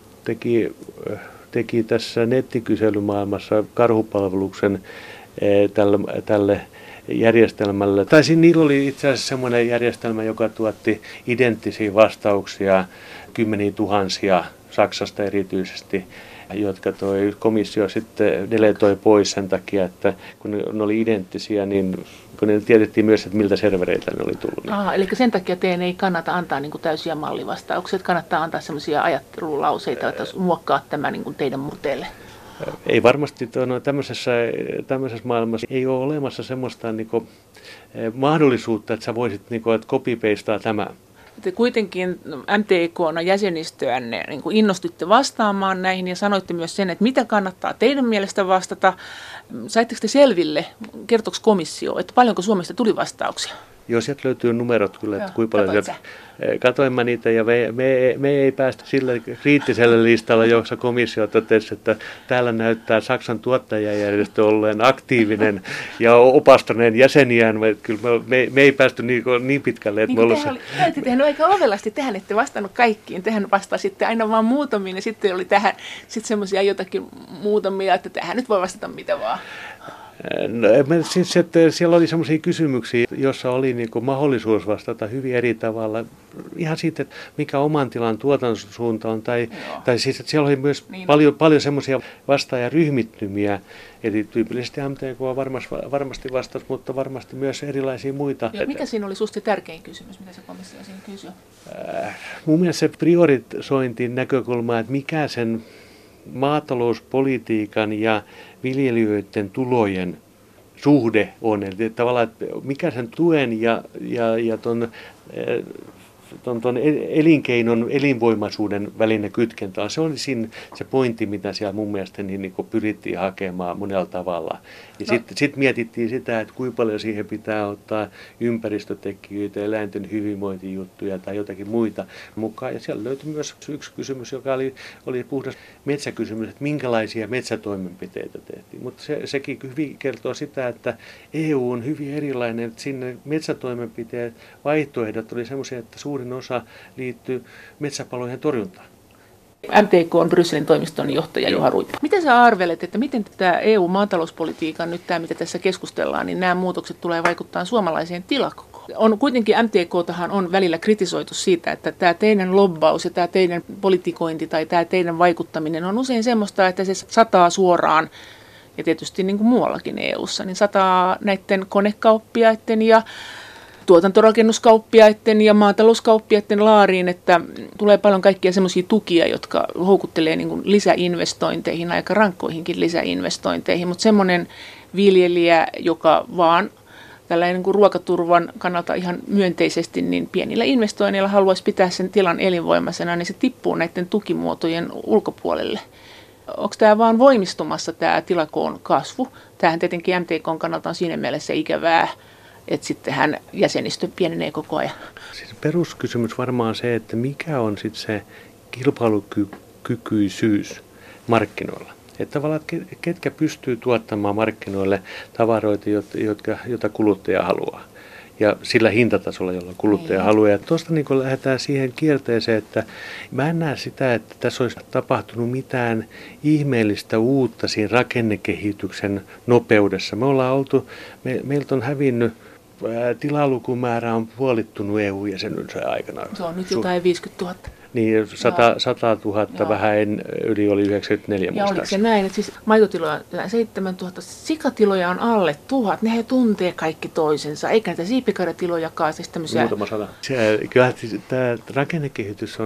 teki tässä nettikyselymaailmassa karhupalveluksen tälle järjestelmälle. Tai niillä oli itse asiassa semmoinen järjestelmä, joka tuotti identtisiä vastauksia kymmeniä tuhansia Saksasta erityisesti, jotka komissio sitten deletoi pois sen takia, että kun ne oli identtisiä, niin kun ne tiedettiin myös, että miltä servereiltä ne oli tullut. Eli sen takia teidän ei kannata antaa niin kuin täysiä mallivastauksia, kannattaa antaa semmoisia ajattelulauseita, että muokkaa tämä niin kuin teidän murteelle. Ei varmasti tämmöisessä maailmassa ei ole olemassa semmoista mahdollisuutta, että sä voisit copy-pastaa tämä. Te kuitenkin MTK:n jäsenistöänne niin kuin innostutte vastaamaan näihin ja sanoitte myös sen, että mitä kannattaa teidän mielestä vastata. Saitteko te selville, kertoiko komissio, että paljonko Suomesta tuli vastauksia? Joo, sieltä löytyy numerot kyllä, että kuinka paljon. Katoin mä niitä ja me ei päästä sille kriittiselle listalle, jossa komissio totesi, että täällä näyttää Saksan tuottajajärjestö olleen aktiivinen ja opastaneen jäseniään. Kyllä me ei päästy niin pitkälle. Että olette tehnyt aika ovelasti, tehän ette vastannut kaikkiin, tehän vastasitte aina vaan muutamiin ja sitten oli tähän semmoisia jotakin muutamia, että tähän nyt voi vastata mitä vaan. No, siis, että siellä oli sellaisia kysymyksiä, joissa oli mahdollisuus vastata hyvin eri tavalla. Ihan siitä, että mikä oman tilan tuotantosuunta on. Tai siis, että siellä oli myös paljon semmoisia vastaajaryhmittymiä. Eli tyypillisesti MTK varmasti vastasi, mutta varmasti myös erilaisia muita. Ja mikä siinä oli susta tärkein kysymys, mitä se komissio siinä kysyi? Mun mielestä se priorisointin näkökulma, että mikä sen maatalouspolitiikan ja viljelijöiden tulojen suhde on. Eli tavallaan, että mikä sen tuen ja ton elinkeinon elinvoimaisuuden välinen kytkentä on. Se oli siinä se pointti, mitä siellä mun mielestä niin pyrittiin hakemaan monella tavalla. Ja sitten mietittiin sitä, että kuinka paljon siihen pitää ottaa ympäristötekijöitä, eläinten hyvinvointijuttuja tai jotakin muita mukaan. Ja siellä löytyi myös yksi kysymys, joka oli puhdas metsäkysymys, että minkälaisia metsätoimenpiteitä tehtiin. Mutta sekin hyvin kertoo sitä, että EU on hyvin erilainen, että sinne metsätoimenpiteet, vaihtoehdot oli semmoisia, että suurin osa liittyy metsäpalojen torjuntaan. MTK on Brysselin toimiston johtaja Juha Ruippo. Miten sä arvelet, että miten tämä EU-maatalouspolitiikan nyt tämä, mitä tässä keskustellaan, niin nämä muutokset tulee vaikuttaa suomalaiseen tilakokoon? On kuitenkin MTK:tahan on välillä kritisoitu siitä, että tämä teidän lobbaus ja tämä teidän politikointi tai tämä teidän vaikuttaminen on usein semmoista, että se sataa suoraan ja tietysti niin kuin muuallakin EU:ssa, niin sataa näiden konekauppiaiden ja tuotantorakennuskauppiaiden ja maatalouskauppiaiden laariin, että tulee paljon kaikkia semmoisia tukia, jotka houkuttelee niin kuin lisäinvestointeihin, aika rankkoihinkin lisäinvestointeihin, mutta semmoinen viljelijä, joka vaan tällainen niin kuin ruokaturvan kannalta ihan myönteisesti, niin pienillä investoinneilla haluaisi pitää sen tilan elinvoimaisena, niin se tippuu näiden tukimuotojen ulkopuolelle. Onko tämä vaan voimistumassa tämä tilakoon kasvu? Tämähän tietenkin MTK:n kannalta on siinä mielessä ikävää, että sittenhän jäsenistö pienenee koko ajan. Siis peruskysymys varmaan se, että mikä on sitten se kilpailukykyisyys markkinoilla. Että tavallaan, ketkä pystyy tuottamaan markkinoille tavaroita, joita kuluttaja haluaa. Ja sillä hintatasolla, jolla kuluttaja haluaa. Ja tuosta niin lähdetään siihen kierteeseen, että mä en näe sitä, että tässä olisi tapahtunut mitään ihmeellistä uutta siinä rakennekehityksen nopeudessa. Me ollaan oltu, meiltä on hävinnyt, tilalukumäärä on puolittunut EU-jäsenyyden aikana. Se on nyt jotain 50 000. Niin, 100 000 vähän yli oli 94 ja oliko se näin, että siis maitotiloja on 7 000, sikatiloja on alle 1000, nehän tuntee kaikki toisensa, eikä näitä siipikarjatilojakaan siis tämmöisiä. Muutama sana. Kyllä tämä rakennekehitys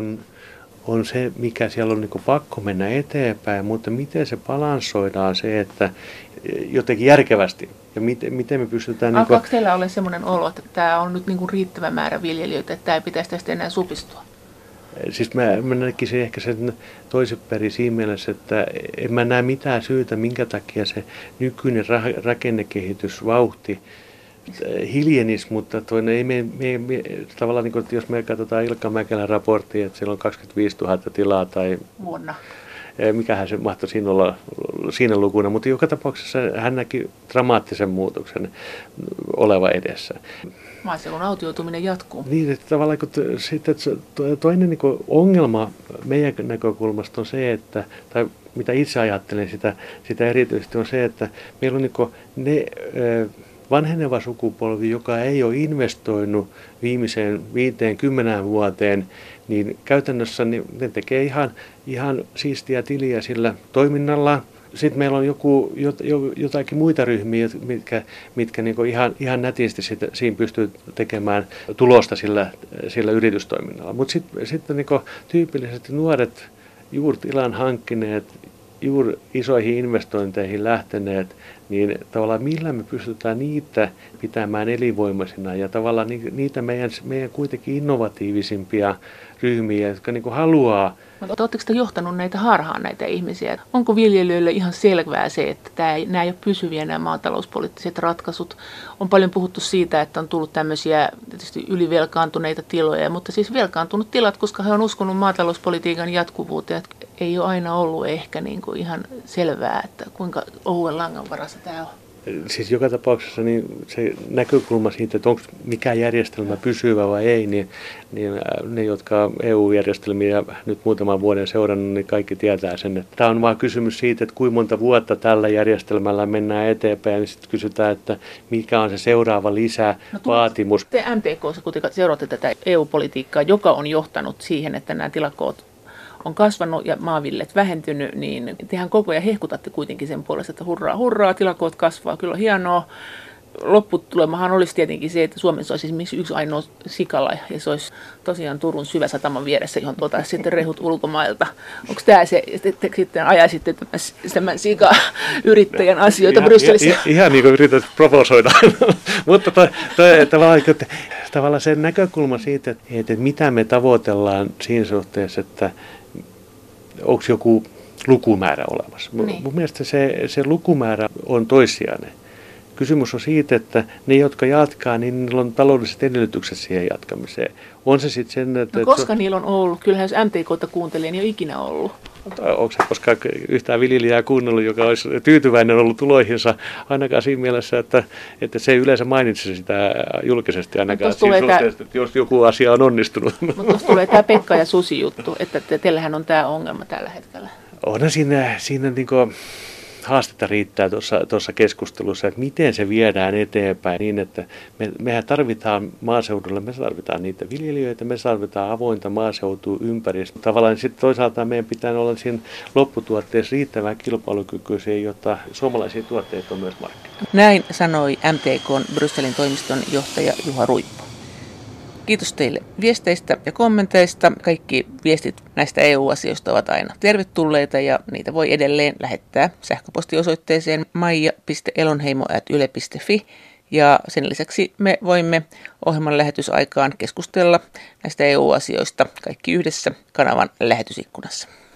on se, mikä siellä on niin kuin pakko mennä eteenpäin, mutta miten se balanssoidaan se, että jotenkin järkevästi ja miten me pystytään. Alkaako teillä olla semmoinen olo, että tämä on nyt niin kuin riittävä määrä viljelijöitä, että tämä ei pitäisi tästä enää supistua? Siis mä näkisin ehkä sen toisinpäin siinä mielessä, että en mä näe mitään syytä, minkä takia se nykyinen rakennekehitysvauhti hiljenisi, mutta toinen ei tavallaan, niin kuin, jos me katsotaan Ilkka Mäkelän raporttia, että siellä on 25 000 tilaa tai vuonna. Mikähän se mahtoi siinä olla siinä lukuna, mutta joka tapauksessa hän näki dramaattisen muutoksen oleva edessä. Maaseudun autioituminen jatkuu. Niin, että tavallaan sitten toinen niin ongelma meidän näkökulmasta on se, että, tai mitä itse ajattelen sitä erityisesti on se, että meillä on niin ne vanheneva sukupolvi, joka ei ole investoinut viimeiseen 5-10 vuoteen, niin käytännössä ne tekee ihan siistiä tiliä sillä toiminnalla. Sitten meillä on jotakin muita ryhmiä, mitkä niin ihan nätisti siinä pystyy tekemään tulosta sillä yritystoiminnalla. Mutta sitten niin tyypillisesti nuoret juuri tilan hankkineet, juuri isoihin investointeihin lähteneet, niin tavallaan millä me pystytään niitä pitämään elinvoimaisina ja tavallaan niitä meidän kuitenkin innovatiivisimpia ryhmiä, jotka niin haluaa. Mutta oletteko te johtanut näitä harhaan näitä ihmisiä? Onko viljelijöille ihan selvää se, että nämä ei ole pysyviä nämä maatalouspoliittiset ratkaisut? On paljon puhuttu siitä, että on tullut tämmöisiä tietysti ylivelkaantuneita tiloja, mutta siis velkaantunut tilat, koska he on uskonut maatalouspolitiikan jatkuvuuteen, että ei ole aina ollut ehkä niin kuin ihan selvää, että kuinka ohuen langan varassa tämä on. Siis joka tapauksessa niin se näkökulma siitä, että onko mikä järjestelmä pysyvä vai ei, niin ne, jotka EU-järjestelmiä nyt muutaman vuoden seurannut, niin kaikki tietää sen. Että tämä on vaan kysymys siitä, että kuinka monta vuotta tällä järjestelmällä mennään eteenpäin, niin sitten kysytään, että mikä on se seuraava lisävaatimus. Te MTK:ssa kuitenkin seuraatte tätä EU-politiikkaa, joka on johtanut siihen, että nämä tilakoot on kasvanut ja maanvillet vähentynyt, niin tehän koko ajan hehkutatte kuitenkin sen puolesta, että hurraa, hurraa, tilakoot kasvaa, kyllä hienoa. Lopputulemahan olisi tietenkin se, että Suomessa olisi esimerkiksi yksi ainoa sikala ja se olisi tosiaan Turun Syväsataman vieressä, johon tuotaisiin sitten rehut ulkomailta. Onko tämä se, että sitten ajaisitte tämän sikayrittäjän asioita Brysselissä? Ihan niin kuin yrität provosoida, mutta tavallaan se näkökulma siitä, että mitä me tavoitellaan siinä suhteessa, että onko joku lukumäärä olemassa. Niin. Mun mielestä se lukumäärä on toissijainen. Kysymys on siitä, että ne, jotka jatkaa, niin niillä on taloudelliset edellytykset siihen jatkamiseen. On se sitten sen, että... No koska niillä on ollut? Kyllähän jos MTK:ta kuuntelee, niin ei ole ikinä ollut. Onko se koskaan yhtään viljelijää kuunnellut, joka olisi tyytyväinen ollut tuloihinsa, ainakaan siinä mielessä, että se yleensä mainitsi sitä julkisesti ainakaan siinä suhteessa, että jos joku asia on onnistunut. Mutta tuossa tulee tämä Pekka ja Susi juttu, että teillähän on tämä ongelma tällä hetkellä. Onhan siinä niinku haastetta riittää tuossa keskustelussa, että miten se viedään eteenpäin niin, että mehän tarvitaan maaseudulla, me tarvitaan niitä viljelijöitä, me tarvitaan avointa maaseutuympäristöä. Tavallaan sitten toisaalta meidän pitää olla siinä lopputuotteessa riittävän kilpailukykyisiä, jotta suomalaisia tuotteita on myös markkinoilla. Näin sanoi MTK:n Brysselin toimiston johtaja Juha Ruippo. Kiitos teille viesteistä ja kommenteista. Kaikki viestit näistä EU-asioista ovat aina tervetulleita ja niitä voi edelleen lähettää sähköpostiosoitteeseen maija.elonheimo@yle.fi. Ja sen lisäksi me voimme ohjelman lähetysaikaan keskustella näistä EU-asioista kaikki yhdessä kanavan lähetysikkunassa.